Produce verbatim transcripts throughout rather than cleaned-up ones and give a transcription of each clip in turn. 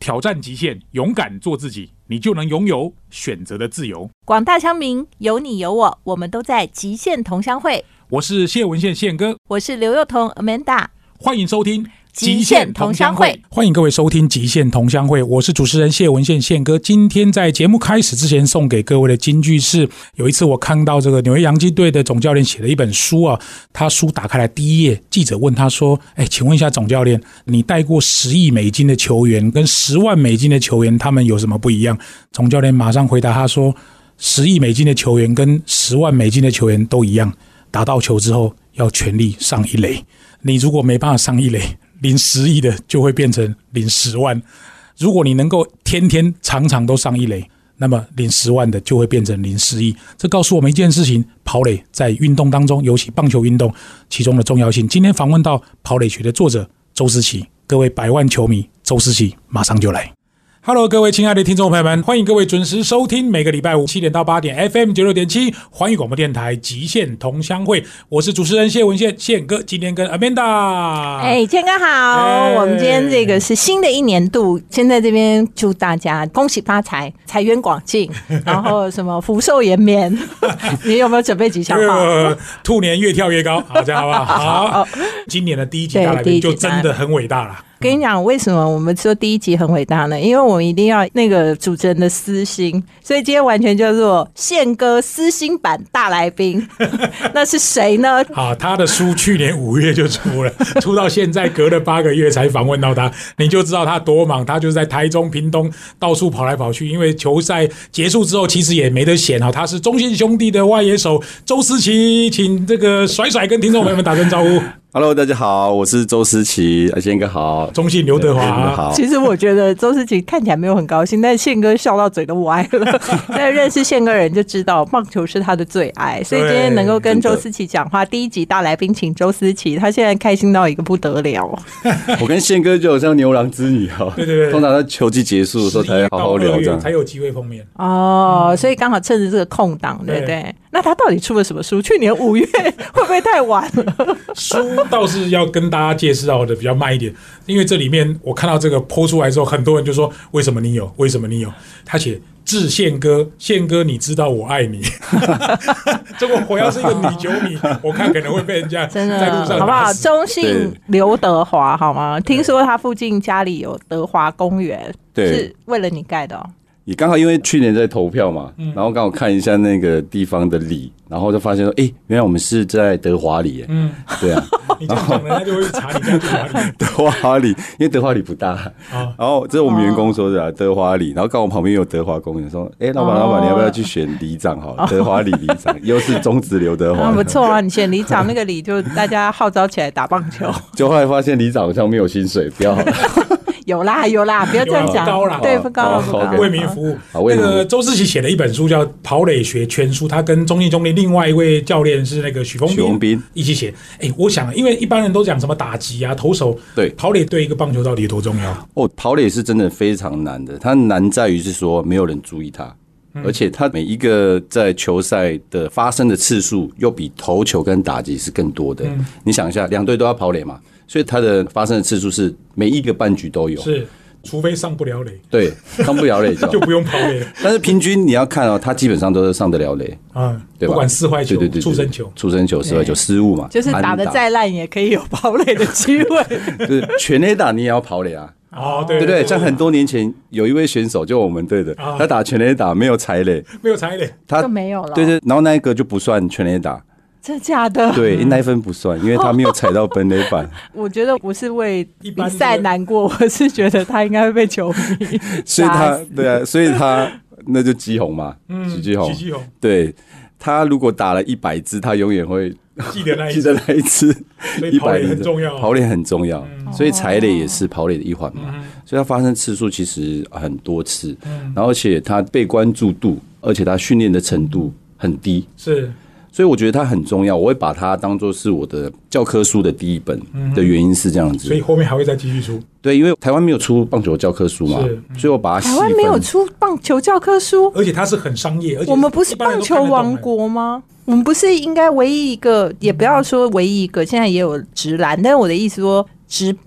挑战极限，勇敢做自己，你就能拥有选择的自由。 广大乡民，有你有我，我们都在极限同乡会。 我是谢文宪宪哥， 我是刘幼彤 Amanda， 欢迎收听极限同乡会。 欢迎各位收听极限同乡会，我是主持人谢文宪宪哥。今天在节目开始之前送给各位的金句是，有一次我看到这个纽约洋基队的总教练写了一本书啊，他书打开来第一页，记者问他说，哎，请问一下总教练，你带过十亿美金的球员跟十万美金的球员，他们有什么不一样？总教练马上回答他说，十亿美金的球员跟十万美金的球员都一样，打到球之后要全力上一垒，你如果没办法上一垒，领十亿的就会变成领十万，如果你能够天天常常都上一垒，那么领十万的就会变成领十亿。这告诉我们一件事情，跑垒在运动当中，尤其棒球运动其中的重要性。今天访问到跑垒学的作者周思齐，各位百万球迷，周思齐马上就来。Hello， 各位亲爱的听众朋友们，欢迎各位准时收听每个礼拜五七点到八点 F M 九十六点七环宇广播电台极限同乡会，我是主持人谢文宪宪哥，今天跟 Amanda， 哎，宪哥好、哎，我们今天这个是新的一年度，先在这边祝大家恭喜发财，财源广进，然后什么福寿延绵，你有没有准备吉祥话？ 呃、兔年越跳越高，好，这样好不好？好，今年的第一集大来宾就真的很伟大了。 跟你讲，为什么我们说第一集很伟大呢？因为我们一定要那个主持人的私心，所以今天完全叫做宪哥私心版大来宾。那是谁呢？ 好，他的书去年五月就出了，出到现在隔了八个月才访问到他，你就知道他多忙。他就是在台中、屏东到处跑来跑去，因为球赛结束之后，其实也没得闲哈。他是中信兄弟的外野手周思齐，请这个甩甩跟听众朋友们打声招呼。 Hello， 大家好，我是周思齐，宪哥好， 中信刘德华好。 其实我觉得周思齐看起来没有很高兴，但是宪哥笑到嘴都歪了。但认识宪哥人就知道棒球是他的最爱，所以今天能够跟周思齐讲话，第一集大来宾请周思齐，他现在开心到一个不得了。 我跟宪哥就好像牛郎织女哦， 对对对， 通常在球季结束的时候才好好聊，这样才有机会碰面哦、嗯，所以刚好趁着这个空档，对不对？对，那他到底出了什么书？去年五月会不会太晚了？ 书倒是要跟大家介绍的比较慢一点，因为这里面我看到这个po出来之后，很多人就说为什么你有？为什么你有？他写致宪哥，宪哥你知道我爱你。如果我要是一个女球迷，我看可能会被人家在路上打死， 好不好？中信刘德华好吗？听说他附近家里有德华公园，是为了你盖的哦。 也刚好因为去年在投票嘛，嗯、然后刚好看一下那个地方的里，然后就发现说，哎、欸，原来我们是在德华里耶。嗯，对啊。 你这样讲，人家就会查你在德华里。 德华里，因为德华里不大。哦、然后这是我们员工说的、啊，德华里。然后刚好旁边有德华公园，说，哎、欸，老板，老板，你要不要去选里长？好了，哦、德华里里长，又是中职刘德华、 啊，不错啊！你选里长那个里，就大家号召起来打棒球。 就后来发现里长好像没有薪水，不要好了。 有啦有啦，不要这样讲， 高啦， 对，不高不高， 为民服务。那个周思齐写了一本书叫《跑垒学全书》，他跟中信兄弟另外一位教练是那个许峰彬，彬一起写。哎，我想，因为一般人都讲什么打击啊、投手，对，跑垒对一个棒球到底有多重要？ 哦，跑垒是真的非常难的，它难在于是说没有人注意它。而且它每一个在球赛的发生的次数，又比投球跟打击是更多的。嗯、你想一下，两队都要跑垒嘛，所以它的发生的次数是每一个半局都有。 是，除非上不了垒。 对，上不了垒就就不用跑垒了。 但是平均你要看哦，它基本上都是上得了垒啊，对吧？不管四坏球、对对对对触身球、 触身球、四坏球失误嘛， 就是打得再烂也可以有跑垒的机会。 就是全垒打你也要跑垒啊。 哦，对 对, 对, 对，像很多年前有一位选手，就我们队的，哦、他打全垒打没有踩垒， 没有踩垒， 他就没有了。 对对，然后那一个就不算全垒打， 真的假的？ 对，那一分不算，因为他没有踩到本垒板。 我觉得不是为比赛难过，我是觉得他应该会被球迷， 所以他对啊，所以他那就基宏嘛，嗯，许基宏， 许基宏， 对。他如果打了一百支，他永远会记得那一记得那一支。 所以跑垒很重要， 跑垒很重要，嗯、所以踩垒也是跑垒的一环嘛。嗯、所以它发生次数其实很多次，嗯、然后而且它被关注度，而且它训练的程度很低， 是。 所以我觉得它很重要，我会把它当作是我的教科书的第一本的原因是这样子。 所以后面还会再继续出。 对，因为台湾没有出棒球教科书嘛，所以我把它细分。 台湾没有出棒球教科书， 而且它是很商业，而且我们不是棒球王国吗？我们不是应该唯一一个，也不要说唯一一个，现在也有职篮，但是我的意思说，职棒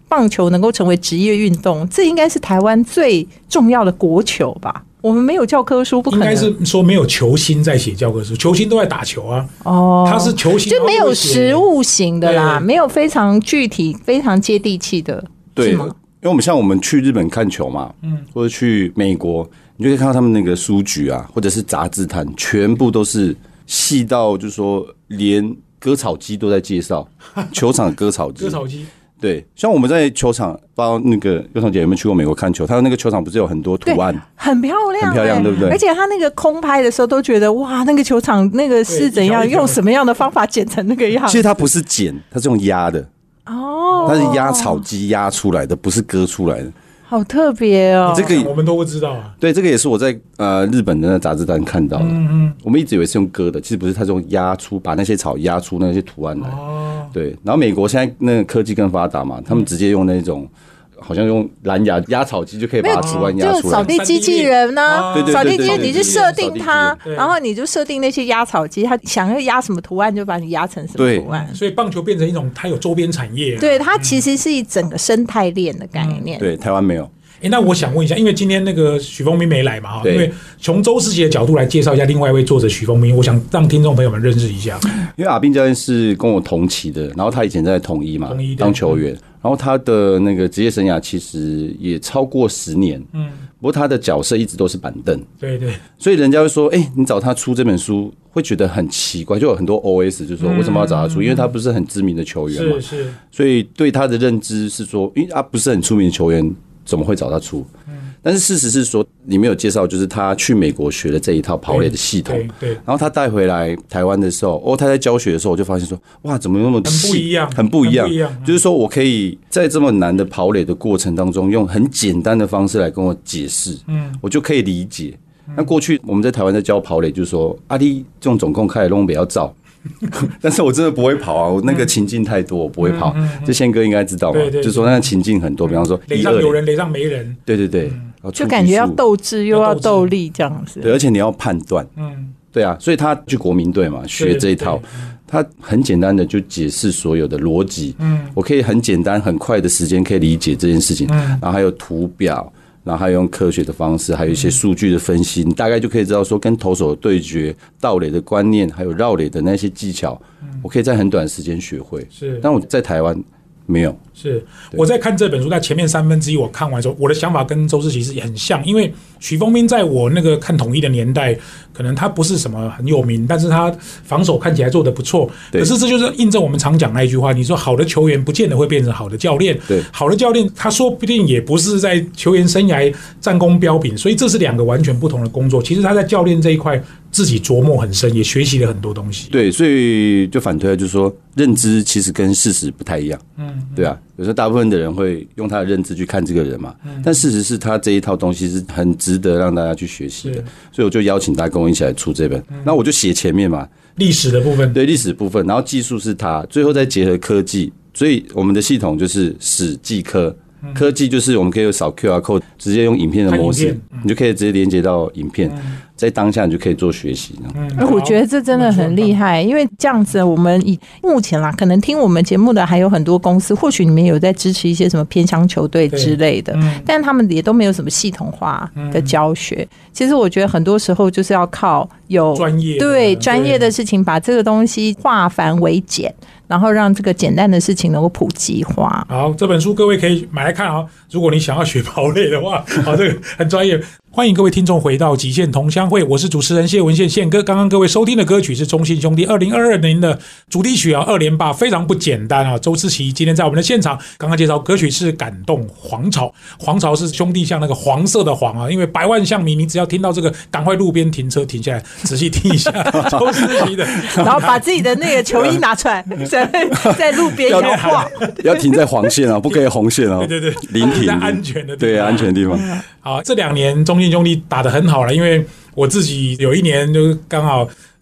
棒球能够成为职业运动，这应该是台湾最重要的国球吧？我们没有教科书，不可能。 应该是说没有球星在写教科书，球星都在打球啊。 哦， 他是球星， 就没有实物型的啦，没有非常具体、非常接地气的， 对是吗？ 因为我们像我们去日本看球嘛，嗯，或者去美国，你就可以看到他们那个书局啊，或者是杂志摊，全部都是细到就是说连割草机都在介绍球场的割草机， 割草机。 对，像我们在球场，不知道那个幼彤姐有没有去过美国看球？他的那个球场不是有很多图案， 很漂亮、欸， 很漂亮，对不对？ 而且他那个空拍的时候都觉得哇，那个球场那个是怎样，用什么样的方法剪成那个样子？ 其实它不是剪，它是用压的。哦，它是压草机压出来的，不是割出来的。 好特别哦！ 这个我们都不知道啊。 对，这个也是我在呃日本的那杂志单看到的。嗯嗯，我们一直以为是用割的，其实不是，它是用压出，把那些草压出那些图案来。哦，对。然后美国现在那个科技更发达嘛，他们直接用那种。好像用蓝牙压草机就可以把它图案压出来， 就扫地机器人呢、啊，扫地机器人你就设定它，然后你就设定那些压草机，它想要压什么图案就把你压成什么图案。 所以棒球变成一种它有周边产业、啊， 对，它其实是一整个生态链的概念。 嗯、对，台湾没有。 欸、那我想问一下，因为今天那个许峰彬没来嘛，因为从周思齐的角度来介绍一下另外一位作者许峰彬，我想让听众朋友们认识一下。 因为阿彬教练是跟我同期的，然后他以前在统一嘛，当球员，然后他的那个职业生涯其实也超过十年，嗯，不过他的角色一直都是板凳， 对对， 所以人家会说，哎、欸，你找他出这本书会觉得很奇怪，就有很多 O S 就是说为什么要找他出，嗯、因为他不是很知名的球员嘛， 是是， 所以对他的认知是说，因为他不是很出名的球员。怎么会找他出？嗯、但是事实是说，里面有介绍，就是他去美国学了这一套跑垒的系统， 对 对, 对。 然后他带回来台湾的时候，哦，他在教学的时候，我就发现说，哇，怎么那么很不一样， 很不一样， 很不一样。 就是说我可以在这么难的跑垒的过程当中，用很简单的方式来跟我解释，嗯，我就可以理解。那过去我们在台湾在教跑垒，就是说，阿弟这种总共开始弄不要照。但是我真的不会跑啊，我那个情境太多，我不会跑。嗯嗯嗯、这宪哥应该知道嘛，就是说那个情境很多，比方说垒上有人，垒上没人， 对对对， 嗯、就感觉要斗志又要斗力这样子。 对，而且你要判断，嗯，对啊，所以他去国民队嘛，学这一套，他很简单的就解释所有的逻辑，嗯，我可以很简单很快的时间可以理解这件事情，嗯，然后还有图表。然后还用科学的方式，还有一些数据的分析，你大概就可以知道说跟投手的对决、盗垒的观念，还有绕垒的那些技巧，我可以在很短的时间学会。是，但我在台湾没有。 是我在看这本书，在前面三分之一我看完之后，我的想法跟周思齐是很像，因为许峰彬在我那个看统一的年代，可能他不是什么很有名，但是他防守看起来做得不错。可是这就是印证我们常讲那一句话，你说好的球员不见得会变成好的教练，对，好的教练他说不定也不是在球员生涯战功彪炳，所以这是两个完全不同的工作。其实他在教练这一块自己琢磨很深，也学习了很多东西。 对，所以就反推就是说，认知其实跟事实不太一样。嗯，对啊。有时候大部分的人会用他的认知去看这个人嘛，嗯、但事实是他这一套东西是很值得让大家去学习的，所以我就邀请他跟我一起来出这本，嗯、那我就写前面嘛， 历史的部分， 对历史部分，然后技术是他，最后再结合科技，所以我们的系统就是史技科。科技就是我们可以扫 Q R code， 直接用影片的模式，嗯、你就可以直接连接到影片，嗯、在当下你就可以做学习。 嗯，我觉得这真的很厉害，因为这样子，我们以目前啦，可能听我们节目的还有很多公司，或许你们有在支持一些什么偏乡球队之类的，嗯、但他们也都没有什么系统化的教学。嗯、其实我觉得很多时候就是要靠有专业对专业的事情，把这个东西化繁为简。然后让这个简单的事情能够普及化。 好，这本书各位可以买来看啊。如果你想要学跑垒的话，好，这个很专业。欢迎各位听众回到极限同乡会，我是主持人谢文宪宪哥。刚刚各位收听的歌曲是中信兄弟二零二二年的主题曲啊，二连霸非常不简单啊。周思齐今天在我们的现场，刚刚介绍歌曲是《感动黄巢》，黄巢是兄弟像那个黄色的黄啊，因为百万象迷，你只要听到这个，赶快路边停车停下来，仔细听一下周思齐的， 然后把自己的那个球衣拿出来，在在路边摇晃， 要停在黄线啊，不可以红线啊， 对对对， 临停， 在安全的地方， 对安全的地方。 好，这两年中信兄弟打得很好了，因为我自己有一年就刚好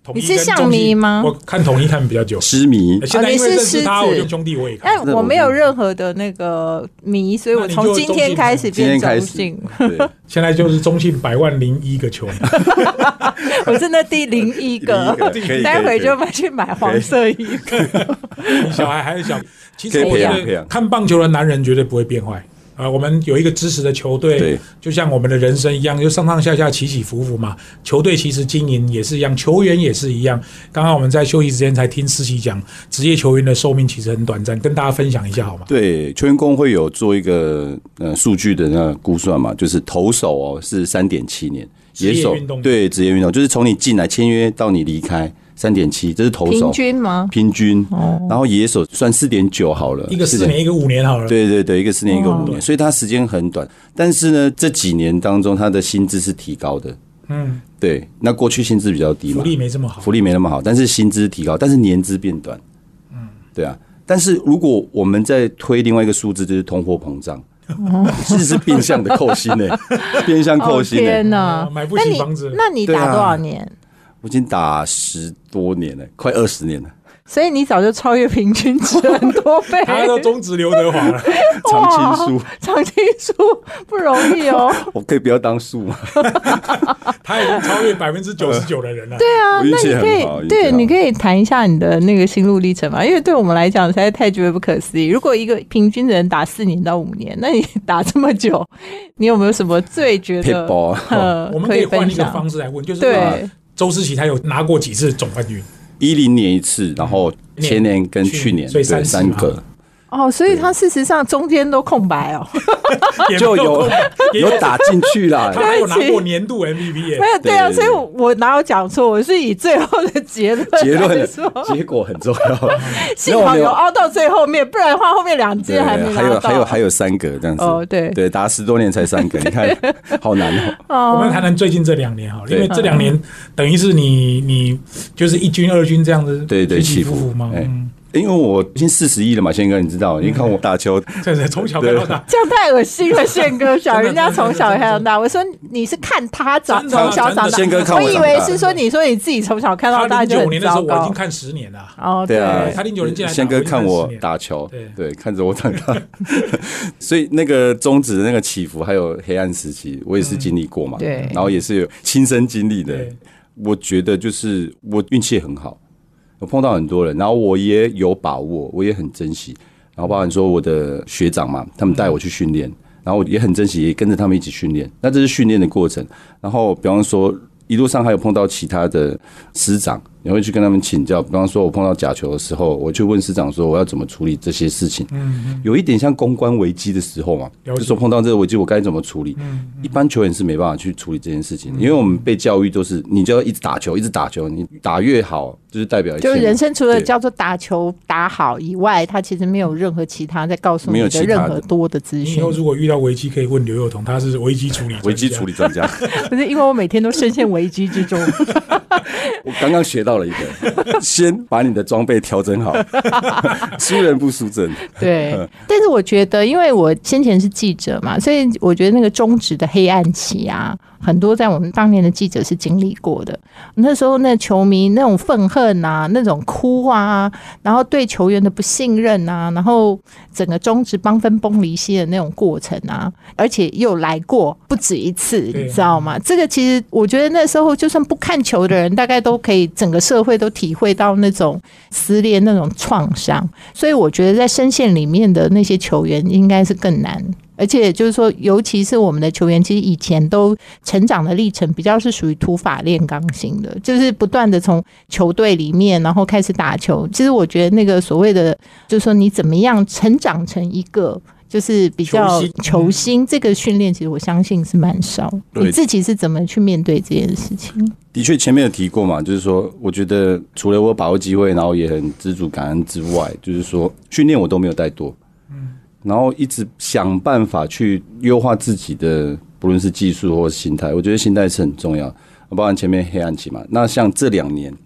你是象迷吗？ 我看统一看比较久， 狮迷。 现在因为认识他，我就兄弟我也看。 但我没有任何的那个迷，所以我从今天开始变中性。 对， 现在就是中信百万零一个球迷， 我是那第零一个，待会就买去买黄色衣服。 你小孩还是小，其实我觉得看棒球的男人绝对不会变坏。呃，我们有一个支持的球队，就像我们的人生一样，就上上下下起起伏伏嘛。球队其实经营也是一样，球员也是一样。刚刚我们在休息之前才听思琪讲，职业球员的寿命其实很短暂，跟大家分享一下好吗？ 对，球员工会有做一个呃数据的那个估算嘛，就是投手哦是三点七年，野手对职业运动就是从你进来签约到你离开。三点七，这是投手平均吗？ 平均，哦、然后野手算四点九好了， 一个四年，一个五年好了。 对对对，一个四年，一个五年，所以他时间很短。但是呢，这几年当中，他的薪资是提高的。嗯，对。那过去薪资比较低嘛， 福利没这么好， 福利没那么好，但是薪资提高，但是年资变短。嗯，对啊。但是如果我们再推另外一个数字，就是通货膨胀。其实是变相的扣薪诶、欸，变相扣薪诶、欸。 天哪， 买不起房子。 那你打多少年？ 我已经打十多年了，快二十年了。 所以你早就超越平均值很多倍。 他都终止刘德华了， 常青树， 常青树不容易哦。 我可以不要当树吗？ 他已经超越百分之九十九的人了。 对啊，那你可以，对，你可以谈一下你的那个心路历程嘛？因为对我们来讲实在太觉得不可思议。如果一个平均的人打四年到五年，那你打这么久，你有没有什么最觉得？ 呃，我们可以换一个方式来问，就是对。周思齐他有拿过几次总冠军？ 一零年一次，然后前年跟去年， 所以三三个。 哦，所以他事实上中间都空白哦， 就有有打进去啦。 他还有拿过年度 M V P 耶。 没有，对啊，所以我哪有讲错？我是以最后的结论结论结果很重要。 幸好有凹到最后面，不然的话后面两届还没拿到。 还有还有还有三个这样子。 哦，对对，打十多年才三个，你看好难哦。我们谈谈最近这两年好了，因为这两年等于是你你就是一军二军这样子， 对对起起伏伏嘛。嗯。 因为我已经四十一了嘛，宪哥，你知道，你看我打球， 对对，从小看到大， 这样太恶心了，宪哥，小人家从小看到大。我说你是看他长从小长大， 宪哥看我， 我以为是说你说你自己从小看到大就很糟糕。 他零九年的时候我已经看十年了。 哦， 对啊， 他零九年进来， 宪哥看我打球，对对，看着我长大，所以那个中职的那个起伏，还有黑暗时期，我也是经历过嘛，对，然后也是有亲身经历的。我觉得就是我运气很好。我碰到很多人，然后我也有把握，我也很珍惜。然后包含说我的学长嘛，他们带我去训练，然后我也很珍惜，也跟着他们一起训练。那这是训练的过程。然后比方说一路上还有碰到其他的师长，你会去跟他们请教。比方说我碰到假球的时候，我去问师长说我要怎么处理这些事情。嗯，有一点像公关危机的时候嘛，就说碰到这个危机我该怎么处理。嗯，一般球员是没办法去处理这件事情，因为我们被教育都是你就要一直打球，一直打球，你打越好就是代表一切。 就是人生除了叫做打球打好以外，他其实没有任何其他在告诉你的任何多的资讯。 以后如果遇到危机可以问刘幼彤，他是危机处理危机处理专家。 不是因为我每天都深陷危机之中。 我刚刚学到了一个，先把你的装备调整好，输人不输阵。 对，但是我觉得，因为我先前是记者嘛，所以我觉得那个中职的黑暗期啊，很多在我们当年的记者是经历过的。那时候那球迷那种愤恨啊，那种哭啊，然后对球员的不信任啊，然后整个中职帮分崩离析的那种过程啊，而且又来过不止一次，你知道吗？这个其实我觉得那时候就算不看球的人，大概都可以整个社会都体会到那种撕裂、那种创伤。所以我觉得在深陷里面的那些球员应该是更难。而且就是说，尤其是我们的球员，其实以前都成长的历程比较是属于土法炼钢型的，就是不断的从球队里面然后开始打球。其实我觉得那个所谓的就是说你怎么样成长成一个就是比较球星，这个训练其实我相信是蛮少。你自己是怎么去面对这件事情？ 的确前面有提过嘛，就是说我觉得除了我把握机会然后也很知足感恩之外，就是说训练我都没有带多，然后一直想办法去优化自己的不论是技术或是心态，我觉得心态是很重要，包含前面黑暗期嘛。那像这两年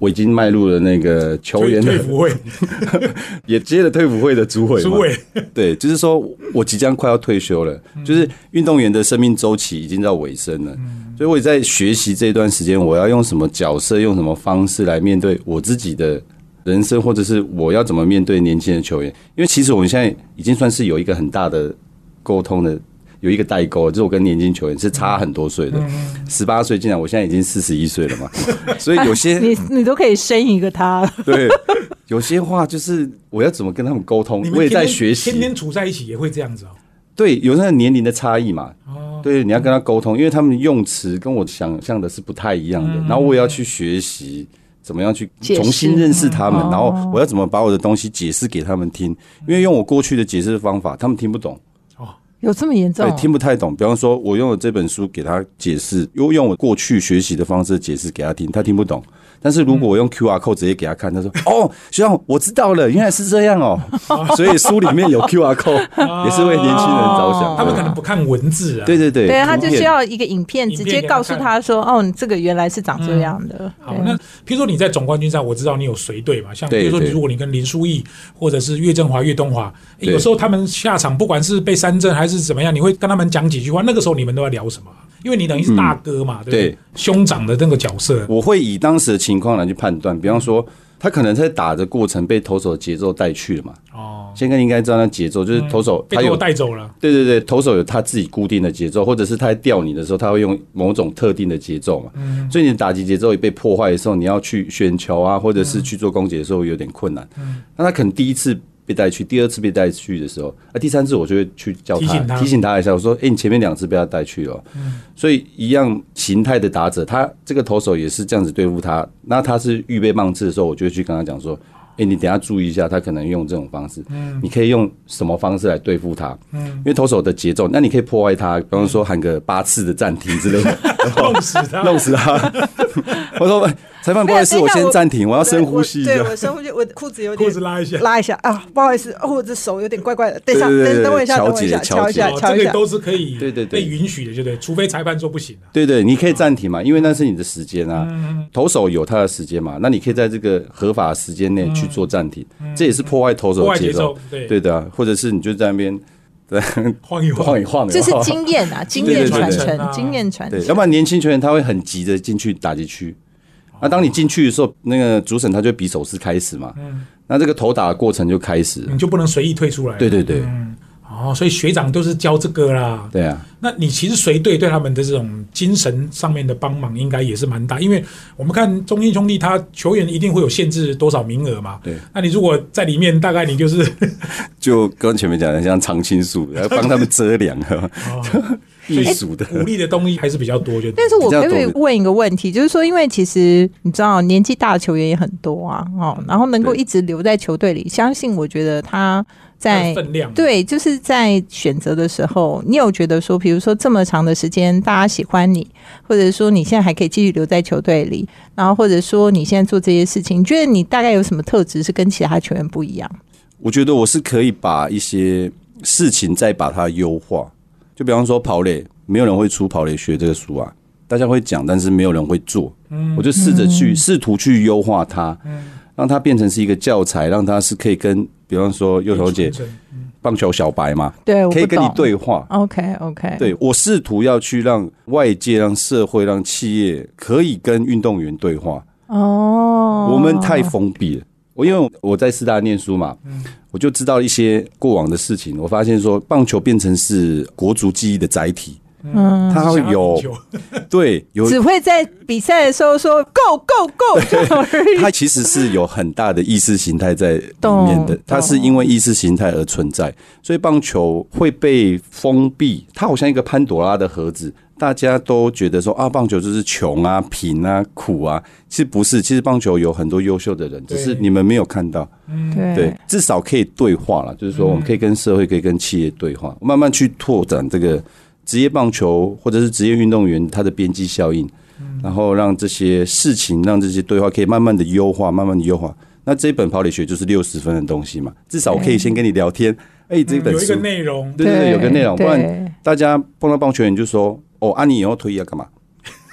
我已经迈入了那个球员的退服会， 也接了退服会的主委嘛。 主委对，就是说我即将快要退休了，嗯、就是运动员的生命周期已经到尾声了，嗯、所以我也在学习这段时间，我要用什么角色，用什么方式来面对我自己的人生，或者是我要怎么面对年轻的球员。因为其实我们现在已经算是有一个很大的沟通的。有一个代沟，就是我跟年轻球员是差很多岁的，十八岁进来，我现在已经四十一岁了嘛，所以有些你你都可以生一个他了。 对，有些话就是我要怎么跟他们沟通，我也在学习。 天天处在一起也会这样子哦。 对，有那个年龄的差异嘛，哦、对，你要跟他沟通，因为他们用词跟我想象的是不太一样的，嗯、然后我也要去学习。怎么样去重新认识他们，然后我要怎么把我的东西解释给他们听？因为用我过去的解释方法，他们听不懂。 有这么严重？ 对，听不太懂。比方说，我用了这本书给他解释，又用我过去学习的方式解释给他听，他听不懂。但是如果我用 Q R code 直接给他看，他说：“哦，学长，我知道了，原来是这样哦。”所以书里面有 Q R code， 也是为年轻人着想。 他们可能不看文字啊。 对对对， 对，他就需要一个影片，直接告诉他说：“哦，这个原来是长这样的。嗯” 好，那譬如说你在总冠军赛，我知道你有随队嘛，像比如说你如果你跟林书义或者是岳振华、岳东华，有时候他们下场不管是被三振还是怎么样，你会跟他们讲几句话，那个时候你们都在聊什么？因为你等于是大哥嘛，嗯、对不对？对，兄长的那个角色， 我会以当时的情况来去判断。比方说，他可能在打的过程被投手的节奏带去了嘛。哦，宪哥应该知道那节奏，就是投手他有、嗯、被投手带走了。 对对对，投手有他自己固定的节奏，或者是他在吊你的时候，他会用某种特定的节奏嘛。嗯，所以你的打击节奏也被破坏的时候，你要去选球啊，或者是去做攻击的时候有点困难。嗯，那他可能第一次被带去，第二次被带去的时候，啊，第三次我就会去叫他提醒他, 提醒他一下，我说：“哎、欸，你前面两次被他带去了。嗯”所以一样形态的打者，他这个投手也是这样子对付他。那他是预备棒次的时候，我就会去跟他讲说：“哎、欸，你等一下注意一下，他可能用这种方式，嗯、你可以用什么方式来对付他？嗯、因为投手的节奏，那你可以破坏他，比方说喊个八次的暂停之类的， 弄死他， 弄死他。”我说：“裁判，不好意思，我先暂停，我要深呼吸一下。” 对，我深呼吸，我裤子有点裤子拉一下， 拉一下啊，不好意思，哦，我这手有点怪怪的，等一下，等等我一下，等我一下，敲一下，敲一下， 这个都是可以， 对对对， 被允许的，对不对？除非裁判说不行、啊。 对对，你可以暂停嘛，因为那是你的时间啊。嗯、投手有他的时间嘛，那你可以在这个合法的时间内去做暂停，嗯、这也是破坏投手的节奏， 对对的、啊，或者是你就在那边。 晃一晃， 晃一晃， 这是经验啊，经验传承，经验传承。 对，要不然年轻球员他会很急着进去打击区。那、啊、当你进去的时候，那个主审他就比手势开始嘛，嗯，那这个投打的过程就开始， 你就不能随意退出来。 对对对， 嗯，哦，所以学长都是教这个啦。 对啊， 那你其实随队对他们的这种精神上面的帮忙，应该也是蛮大，因为我们看中信兄弟，他球员一定会有限制多少名额嘛。 对， 那你如果在里面，大概你就是就跟前面讲的像常青树，来帮他们遮凉啊。哦避暑的鼓励的东西还是比较多，就但是我可不可以问一个问题，就是说，因为其实你知道年纪大的球员也很多啊，哦，然后能够一直留在球队里，相信我觉得他在分量对，就是在选择的时候，你有觉得说，比如说这么长的时间大家喜欢你，或者说你现在还可以继续留在球队里，然后或者说你现在做这些事情，你觉得你大概有什么特质是跟其他球员不一样？ 我觉得我是可以把一些事情再把它优化。就比方说跑垒，没有人会出跑垒学这个书啊，大家会讲，但是没有人会做。嗯、我就试着去试图去优化它，嗯、让它变成是一个教材，让它是可以跟，比方说幼头姐，棒球小白嘛， 对， 可以跟你对话。 OK OK， 对我试图要去让外界、让社会、让企业可以跟运动员对话。哦，我们太封闭了。我因为我在师大念书嘛，嗯、我就知道一些过往的事情。我发现说，棒球变成是国族记忆的载体，嗯，它会有对有只会在比赛的时候说 “go go go” 这样而已。 它其实是有很大的意识形态在里面的，它是因为意识形态而存在，所以棒球会被封闭，它好像一个潘朵拉的盒子。大家都觉得说啊，棒球就是穷啊、贫啊、苦啊，其实不是，其实棒球有很多优秀的人，只是你们没有看到。对，对，至少可以对话了，就是说我们可以跟社会、可以跟企业对话，慢慢去拓展这个职业棒球或者是职业运动员他的边际效应，然后让这些事情、让这些对话可以慢慢的优化，慢慢的优化。那这一本跑垒学就是六十分的东西嘛，至少我可以先跟你聊天，哎、欸，这本书、嗯、 有一个内容， 对对对，有个内容，不然大家碰到棒球员就说。哦，啊，你以后退役要干嘛？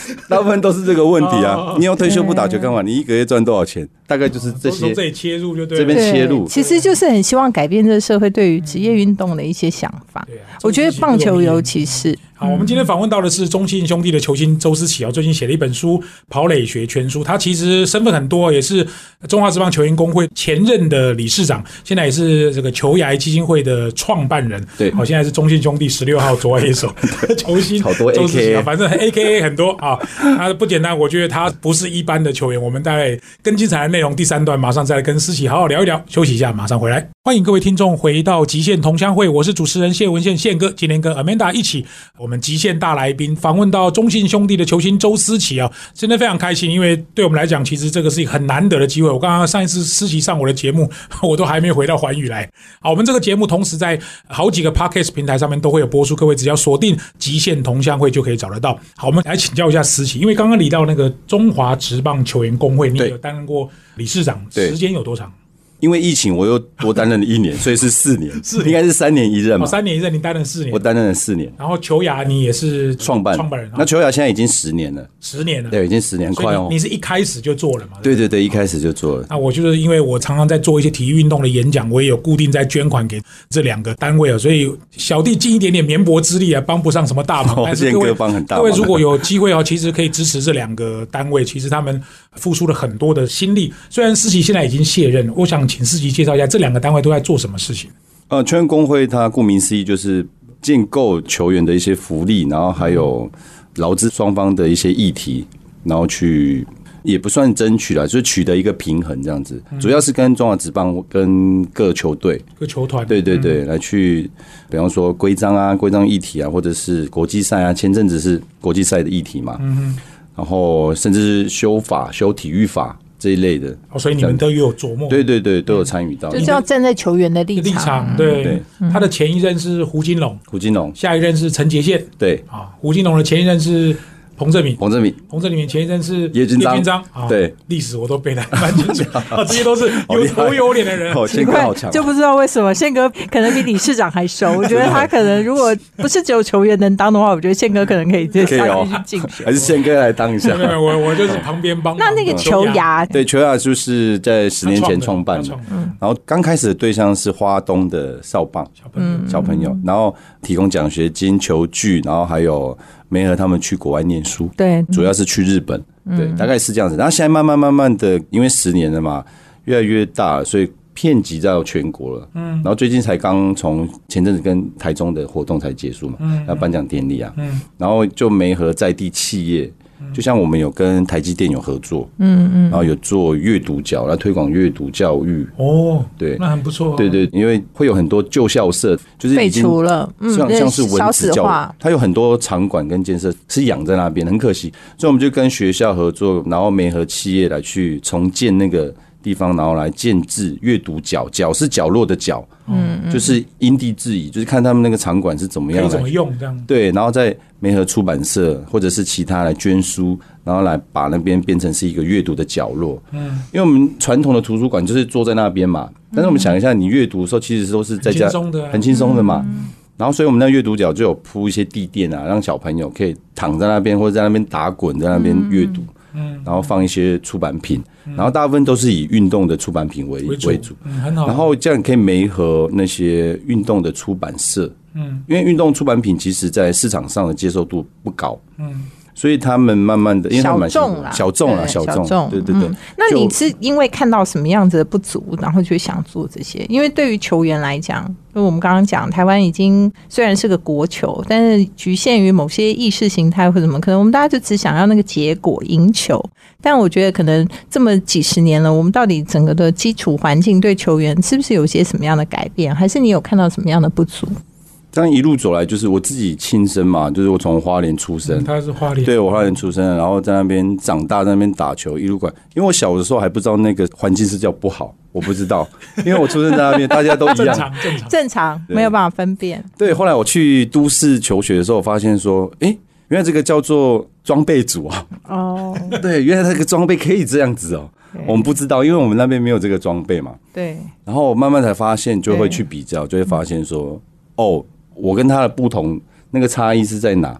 大部分都是这个问题啊。你要退休不打球干嘛？你一个月赚多少钱？大概就是这些。 从这里切入就对了， 这边切入， 其实就是很希望改变这个社会对于职业运动的一些想法。我觉得棒球尤其是。 好，我们今天访问到的是中信兄弟的球星周思齐啊，最近写了一本书《跑垒学全书》，他其实身份很多，也是中华职棒球员工会前任的理事长，现在也是这个球涯基金会的创办人。 对， 好，现在是中信兄弟十六号左外野手球星， 好多 A K A， 反正 A K A 很多啊，他不简单。我觉得他不是一般的球员。我们大概更精彩的内容，第三段马上再来跟思齐好好聊一聊。休息一下，马上回来。欢迎各位听众回到极限同乡会，我是主持人谢文宪宪哥。今天跟 Amanda 一起，我们极限大来宾访问到中信兄弟的球星周思齐啊，真的非常开心，因为对我们来讲，其实这个是一个很难得的机会。我刚刚上一次思齐上我的节目，我都还没回到环宇来。好，我们这个节目同时在好几个 Podcast 平台上面都会有播出，各位只要锁定极限同乡会就可以找得到。好，我们来请教一下思齐，因为刚刚提到那个中华职棒球员工会，你有担任过理事长，时间有多长？ 因为疫情，我又多担任了一年，所以是四年，应该是三年一任嘛。 哦，三年一任，你担任四年， 我担任了四年。 然后球涯你也是创办创办人， 那球涯现在已经十年了， 十年了， 对，已经十年，快哦。 你是一开始就做了嘛？ 对对对，一开始就做了。 那我就是因为我常常在做一些体育运动的演讲，我也有固定在捐款给这两个单位啊，所以小弟尽一点点绵薄之力啊，帮不上什么大忙。 哦，宪哥帮很大忙。 各位如果有机会哦，其实可以支持这两个单位，其实他们付出了很多的心力。虽然思齐现在已经卸任了，我想请思齐介绍一下这两个单位都在做什么事情。 呃，球员工会它顾名思义就是建构球员的一些福利，然后还有劳资双方的一些议题，然后去也不算争取啦，就是取得一个平衡这样子。嗯、主要是跟中华职棒跟各球队、 各球团， 对对对，嗯、来去，比方说规章啊、规章议题啊，或者是国际赛啊，前阵子是国际赛的议题嘛，嗯、然后甚至是修法、修体育法。这一类的， 哦，所以你们都有琢磨， 对对对，都有参与到， 就是要站在球员的立场。 立场对，对嗯、他的前一任是胡金龙， 胡金龙， 下一任是陈杰宪， 对啊，胡金龙的前一任是彭正明， 彭正明， 彭正明前一任是叶君璋， 章，啊、 对， 历史我都背得蛮清楚，啊，这些都是有头有脸的人， 哦，宪哥好强， 就不知道为什么宪哥可能比理事长还熟。我觉得他可能如果不是只有球员能当的话，我觉得宪哥可能可以直接上去去竞选， 还是宪哥来当一下。 没有，我我就是旁边帮。 那那个球涯， 对，球涯就是在十年前创办的，然后刚开始的对象是花东的少棒小朋友，小朋友，然后提供奖学金、球具，然后还有媒合他们去国外念书， 对， 主要是去日本，对，大概是这样子。然后现在慢慢慢慢的，因为十年了嘛，越来越大了，所以遍及到全国了。嗯，然后最近才刚从前阵子跟台中的活动才结束嘛，嗯，要颁奖典礼啊，嗯，然后就媒合在地企业。就像我们有跟台积电有合作，嗯嗯，然后有做阅读角来推广阅读教育， 哦， 对， 那很不错、啊， 对对，因为会有很多旧校舍，就是已经废除了，嗯， 像像是文字教育，它有很多场馆跟建设是养在那边，很可惜，所以我们就跟学校合作，然后媒合企业来去重建那个地方，然后来建制阅读角，角是角落的角，嗯，就是因地制宜，就是看他们那个场馆是怎么样来， 怎么用这样， 对，然后再媒合出版社或者是其他来捐书，然后来把那边变成是一个阅读的角落，嗯，因为我们传统的图书馆就是坐在那边嘛，但是我们想一下，你阅读的时候其实都是在家很轻松的嘛。然后，所以我们那阅读角就有铺一些地垫啊，让小朋友可以躺在那边或者在那边打滚，在那边阅读。嗯，然后放一些出版品，然后大部分都是以运动的出版品为为主。嗯，很好。然后这样可以媒合那些运动的出版社。嗯，因为运动出版品其实在市场上的接受度不高。嗯。所以他们慢慢的，因为他们小众啦， 小众啦，小众，对对对、嗯。 那你是因为看到什么样子的不足，然后就想做这些？因为对于球员来讲，因为我们刚刚讲，台湾已经虽然是个国球，但是局限于某些意识形态或什么，可能我们大家就只想要那个结果赢球。但我觉得可能这么几十年了，我们到底整个的基础环境对球员是不是有些什么样的改变？还是你有看到什么样的不足？ 这样一路走来，就是我自己亲身嘛，就是我从花莲出生、嗯， 他是花莲， 对我花莲出生，然后在那边长大，在那边打球，一路过来。因为我小的时候还不知道那个环境是叫不好，我不知道，因为我出生在那边，大家都一样， 正常正常正常，没有办法分辨。 对，后来我去都市求学的时候，发现说，哎、欸，原来这个叫做装备组啊。哦，对，原来那个装备可以这样子哦。我们不知道，因为我们那边没有这个装备嘛。 对。然后慢慢才发现，就会去比较，就会发现说，哦。我跟他的不同，那个差异是在哪？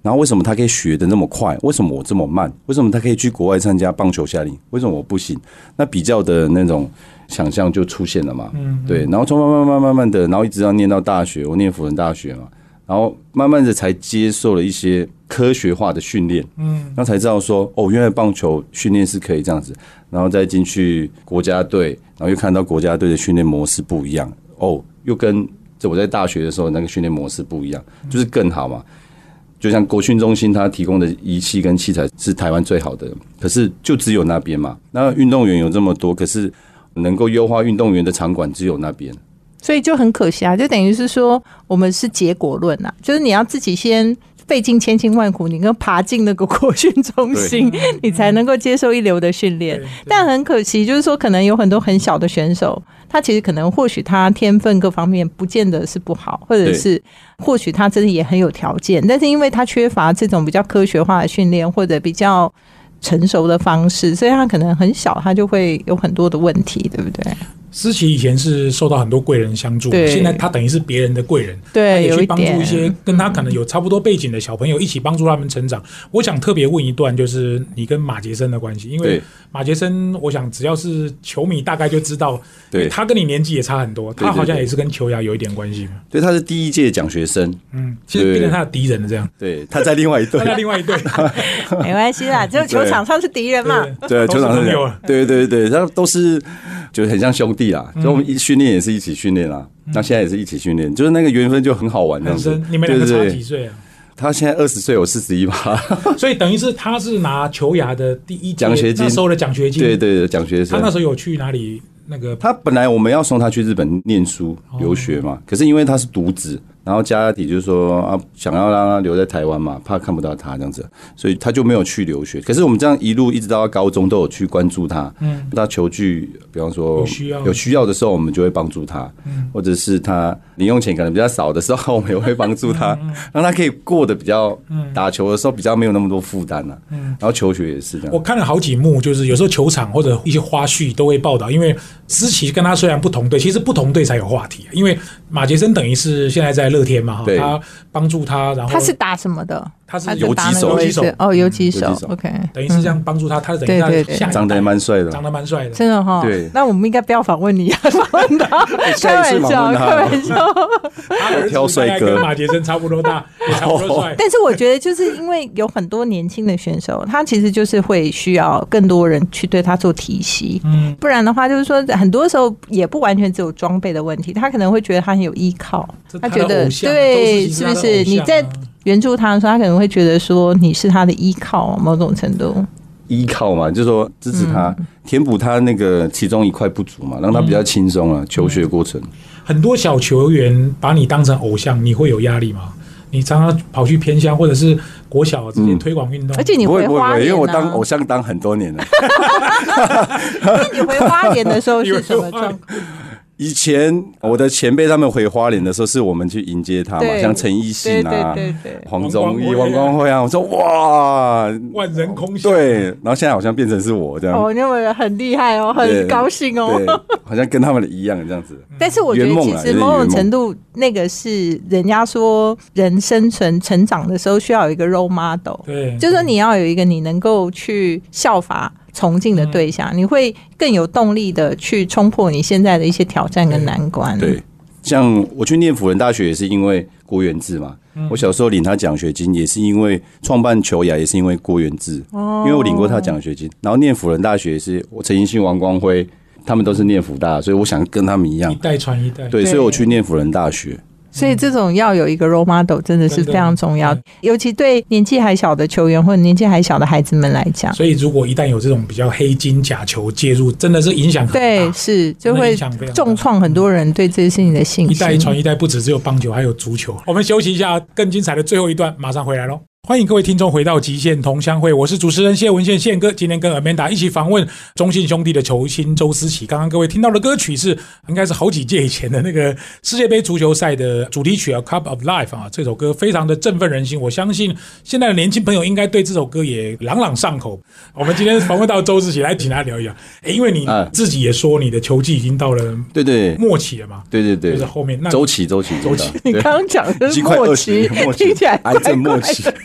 然后为什么他可以学得那么快？为什么我这么慢？为什么他可以去国外参加棒球夏令营？为什么我不行？那比较的那种想象就出现了嘛。嗯，对。然后从慢慢慢慢慢的，然后一直要念到大学，我念辅仁大学嘛，然后慢慢的才接受了一些科学化的训练。嗯，然后才知道说，哦，原来棒球训练是可以这样子。然后再进去国家队，然后又看到国家队的训练模式不一样。哦，又跟我在大学的时候那个训练模式不一样，就是更好嘛。就像国训中心它提供的仪器跟器材是台湾最好的，可是就只有那边嘛。那运动员有这么多，可是能够优化运动员的场馆只有那边， 所以就很可惜啊。就等于是说，我们是结果论啊，就是你要自己先费尽千辛万苦，你能爬进那个国训中心，你才能够接受一流的训练。但很可惜，就是说，可能有很多很小的选手，他其实可能或许他天分各方面不见得是不好，或者是或许他真的也很有条件，但是因为他缺乏这种比较科学化的训练或者比较成熟的方式，所以他可能很小，他就会有很多的问题，对不对？ 思琪以前是受到很多贵人相助，现在他等于是别人的贵人， 对， 也去帮助一些跟他可能有差不多背景的小朋友，一起帮助他们成长。我想特别问一段，就是你跟马杰森的关系，因为马杰森，我想只要是球迷大概就知道，对，他跟你年纪也差很多，他好像也是跟球雅有一点关系嘛。 对，他是第一届奖学生， 嗯，其实变成他的敌人了这样。 对，他在另外一队， 他在另外一队， 没关系啦，只有球场上是敌人嘛。 对，球场上是，对对对，他都是就很像兄弟啦，所以我们一训练也是一起训练啦，那现在也是一起训练，就是那个缘分就很好玩这样子。 你们两个差几岁啊？ 他现在二十岁，我四十一吧， 所以等于是他是拿球雅的第一奖学金， 那时候的奖学金， 对对对，奖学生。 他那时候有去哪里？那个他本来我们要送他去日本念书留学嘛，可是因为他是独子，然后家里就是说啊，想要让他留在台湾嘛，怕看不到他这样子，所以他就没有去留学。可是我们这样一路一直到高中都有去关注他，嗯，他球具，比方说有需要有需要的时候，我们就会帮助他，嗯，或者是他零用钱可能比较少的时候，我们也会帮助他，嗯、让他可以过得比较，嗯，打球的时候比较没有那么多负担啊，嗯，然后求学也是这样。 我看了好几幕，就是有时候球场或者一些花絮都会报道，因为思琪跟他虽然不同队，其实不同队才有话题。因为马杰森等于是现在在乐天嘛，他帮助他，然后他是打什么的？ 他是游击手，游击手哦，游击手 ，OK， 等于是这样帮助他，他等于他下长得蛮帅的， 长得蛮帅的， 真的哈。 对， 那我们应该不要访问你啊，访问他，开玩笑，开玩笑。 他儿子挑帅哥，跟马杰森差不多大，也差不多帅。 但是我觉得，就是因为有很多年轻的选手，他其实就是会需要更多人去对他做提携，嗯，不然的话，就是说很多时候也不完全只有装备的问题，他可能会觉得他很有依靠，他觉得对，是不是？你在援助他的时候，他可能会觉得说你是他的依靠，某种程度依靠嘛，就是说支持他，嗯、填补他那个其中一块不足嘛，让他比较轻松啊，求学过程。 很多小球员把你当成偶像，你会有压力吗？你常常跑去偏乡或者是国小直接推广运动， 嗯、而且你回花莲、啊， 因为我当偶像当很多年了。 那你回花莲的时候是什么状况？ 以前我的前辈他们回花莲的时候，是我们去迎接他嘛，像陈奕迅啊、黄宗义、王光辉啊，我说哇， 万人空巷。 对，然后现在好像变成是我这样。 哦，那么很厉害哦，很高兴哦， 对，好像跟他们一样这样子。 但是我觉得其实某种程度，那个是人家说人生存成长的时候需要有一个 role model， 对，就是说你要有一个你能够去效法。崇敬的对象，你会更有动力的去冲破你现在的一些挑战跟难关。 对，像我去念辅仁大学也是因为郭元志嘛，嗯、我小时候领他奖学金也是因为创办球雅，也是因为郭元志，哦、因为我领过他奖学金，然后念辅仁大学也是我陈奕迅、王光辉他们都是念辅大，所以我想跟他们一样， 一代传一代。 对，所以我去念辅仁大学。 所以这种要有一个 role model 真的是非常重要，尤其对年纪还小的球员或者年纪还小的孩子们来讲。 所以如果一旦有这种比较黑金假球介入，真的是影响很大。 对，是就会重创很多人对这件事情的信心。 一代传一代，不只只有棒球，还有足球。我们休息一下，更精彩的最后一段马上回来咯。欢迎各位听众回到极限同乡会，我是主持人谢文宪宪哥。今天跟 Amanda 一起访问中信兄弟的球星周思齐。刚刚各位听到的歌曲是应该是好几届以前的那个世界杯足球赛的主题曲啊 Cup of Life 啊，这首歌非常的振奋人心，我相信现在的年轻朋友应该对这首歌也朗朗上口。我们今天访问到周思齐，来请他聊一聊。因为你自己也说你的球技已经到了对对末期了嘛， 对对对， 就是后面那周期周期周期。你刚刚讲的是末期，听起来癌症末期。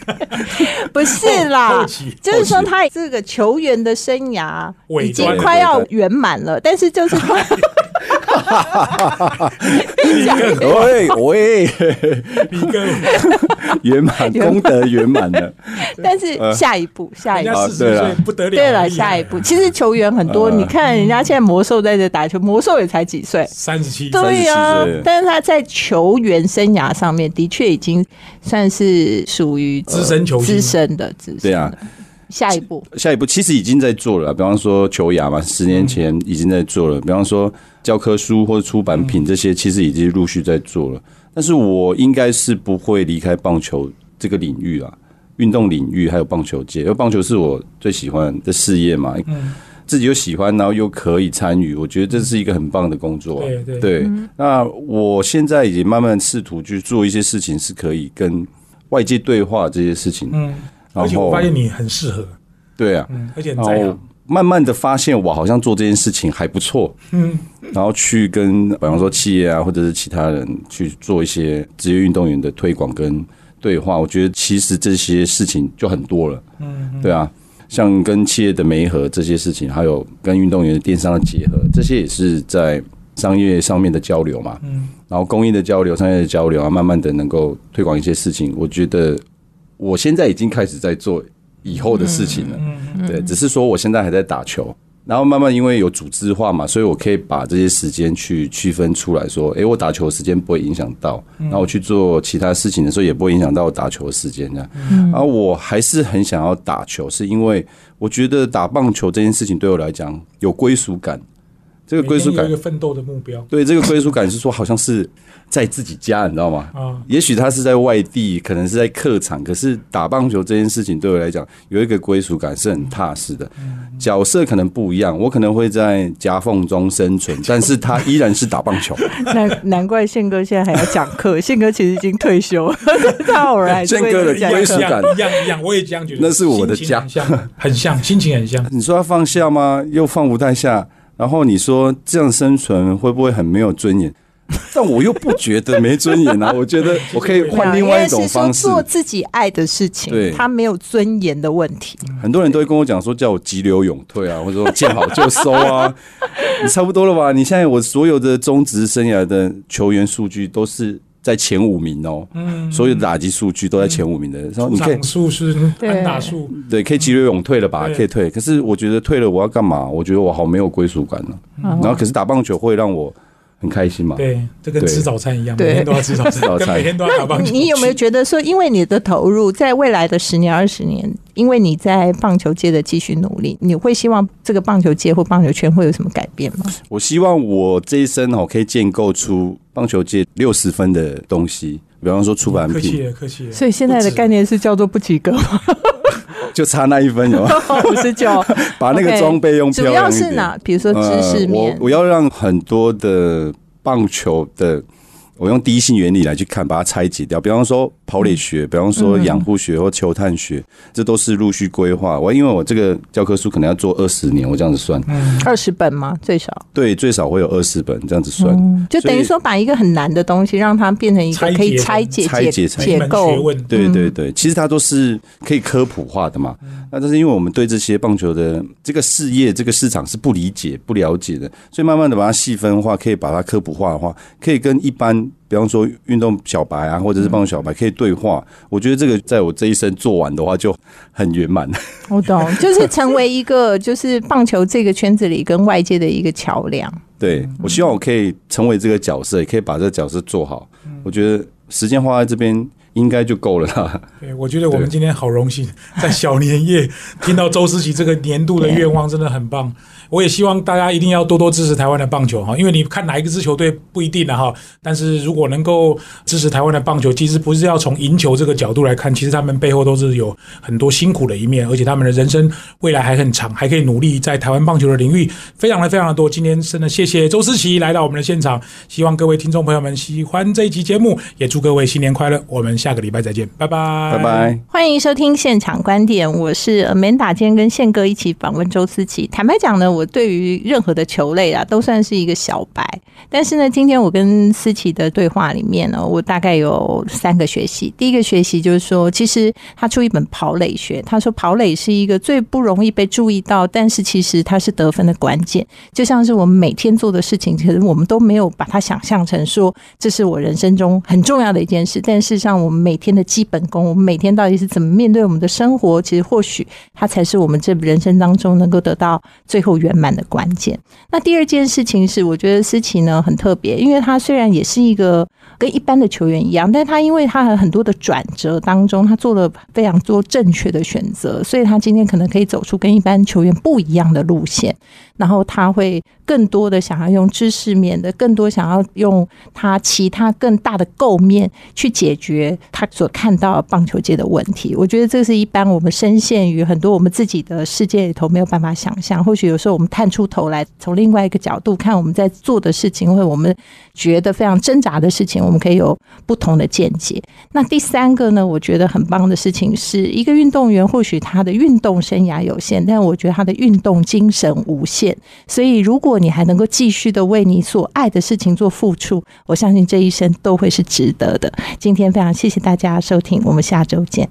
不是啦，就是说他这个球员的生涯已经快要圆满了，但是就是他。 喂喂， 你跟圆满功德圆满了， 但是下一步，下一步， 四十岁不得了。 对了，下一步，其实球员很多，你看人家现在魔兽在这打球，魔兽也才几岁， 三十七， 对啊，但是他在球员生涯上面的确已经算是属于资深球星， 资深的资深。 对啊。 下一步， 下一步其实已经在做了，比方说球牙嘛，十年前已经在做了。比方说教科书或者出版品这些，其实已经陆续在做了。但是我应该是不会离开棒球这个领域啦，运动领域还有棒球界，因为棒球是我最喜欢的事业嘛。嗯，自己又喜欢，然后又可以参与，我觉得这是一个很棒的工作、啊。对对, 对、嗯。那我现在已经慢慢试图去做一些事情，是可以跟外界对话这些事情。嗯。 而且我发现你很适合， 对啊， 嗯，而且很在行。 慢慢的发现我好像做这件事情还不错，嗯，然后去跟比方说企业啊，或者是其他人去做一些职业运动员的推广跟对话。我觉得其实这些事情就很多了，嗯，对啊，像跟企业的媒合这些事情，还有跟运动员的电商的结合，这些也是在商业上面的交流嘛，嗯，然后公益的交流、商业的交流啊，慢慢的能够推广一些事情。我觉得。我现在已经开始在做以后的事情了，对，只是说我现在还在打球，然后慢慢因为有组织化嘛，所以我可以把这些时间去区分出来说，哎，我打球的时间不会影响到，然后我去做其他事情的时候也不会影响到我打球的时间这样。然后我还是很想要打球，是因为我觉得打棒球这件事情对我来讲有归属感。这个归属感， 有一个奋斗的目标。 对，这个归属感是说，好像是在自己家，你知道吗？啊，也许他是在外地，可能是在客场，可是打棒球这件事情对我来讲有一个归属感，是很踏实的。角色可能不一样，我可能会在夹缝中生存，但是他依然是打棒球。 难难怪宪哥现在还要讲课，宪哥其实已经退休了，他偶然宪哥的归属感一样一样，我也这样觉得。 那是我的家， 很像，很像，心情很像。 你说他放下吗？又放不太下。然后你说这样生存会不会很没有尊严？但我又不觉得没尊严啊！我觉得我可以换另外一种方式做自己爱的事情，对，他没有尊严的问题。 很多人都会跟我讲说，叫我急流勇退啊，或者说见好就收啊。你差不多了吧？你现在我所有的中职生涯的球员数据都是在前五名哦，嗯，所有的打击数据都在前五名的。然后你可以数是安打数， 对，可以急流勇退了吧？可以退。可是我觉得退了我要干嘛？我觉得我好没有归属感呢、啊。然后可是打棒球会让我很开心嘛？ 对，这跟吃早餐一样，每天都要吃早餐，跟每天都要打棒球。 你有没有觉得说，因为你的投入，在未来的十年、二十年，因为你在棒球界的继续努力，你会希望这个棒球界或棒球圈会有什么改变吗？ 我希望我这一生哦，可以建构出棒球界六十分的东西，比方说出版品。 客气了，客气了。 所以现在的概念是叫做不及格吗？ 就差那一分有吗？ 五十九， 把那个装备用漂亮一点。 主要是哪？比如说知识面、 呃我，我要让很多的棒球的，我用第一性原理来去看，把它拆解掉。比方说跑垒学，比方说养护学或球探学，这都是陆续规划。我因为我这个教科书可能要做二十年，我这样子算， 二十本吗？最少对，最少会有二十本这样子算、嗯， 就等于说把一个很难的东西，让它变成一个可以拆解、 拆解、 解构。 对对对，其实它都是可以科普化的嘛。那但是因为我们对这些棒球的这个事业、这个市场是不理解、不了解的，所以慢慢的把它细分化，可以把它科普化的话，可以跟一般。比方说运动小白啊，或者是棒球小白可以对话，我觉得这个在我这一生做完的话就很圆满。 我懂，就是成为一个就是棒球这个圈子里跟外界的一个桥梁。 对，我希望我可以成为这个角色，也可以把这个角色做好。我觉得时间花在这边应该就够了啦。 对，我觉得我们今天好荣幸，在小年夜听到周思齐这个年度的愿望，真的很棒。我也希望大家一定要多多支持台湾的棒球哈，因为你看哪一个支球队不一定了哈，但是如果能够支持台湾的棒球，其实不是要从赢球这个角度来看，其实他们背后都是有很多辛苦的一面，而且他们的人生未来还很长，还可以努力在台湾棒球的领域非常的非常的多。今天真的谢谢周思齐来到我们的现场，希望各位听众朋友们喜欢这一集节目，也祝各位新年快乐，我们下下个礼拜再见，拜拜， 拜拜。 欢迎收听现场观点，我是 Amanda， 今天跟宪哥一起访问周思齐。坦白讲呢，我对于任何的球类啊，都算是一个小白。但是呢，今天我跟思齐的对话里面呢，我大概有三个学习。第一个学习就是说，其实他出一本跑垒学，他说跑垒是一个最不容易被注意到，但是其实它是得分的关键。就像是我们每天做的事情，其实我们都没有把它想象成说这是我人生中很重要的一件事，但事实上我们每天的基本功，我们每天到底是怎么面对我们的生活，其实或许它才是我们这人生当中能够得到最后圆满的关键。那第二件事情是，我觉得思齐呢很特别，因为他虽然也是一个跟一般的球员一样，但他因为他很多的转折当中，他做了非常多正确的选择，所以他今天可能可以走出跟一般球员不一样的路线，然后他会更多的想要用知识面的，更多想要用他其他更大的构面去解决他所看到的棒球界的问题。我觉得这是一般我们深陷于很多我们自己的世界里头没有办法想象，或许有时候我们探出头来从另外一个角度看我们在做的事情，或者我们觉得非常挣扎的事情，我们可以有不同的见解。那第三个呢，我觉得很棒的事情是，一个运动员或许他的运动生涯有限，但我觉得他的运动精神无限。所以如果你还能够继续的为你所爱的事情做付出，我相信这一生都会是值得的。今天非常谢谢大家收听，我们下周见。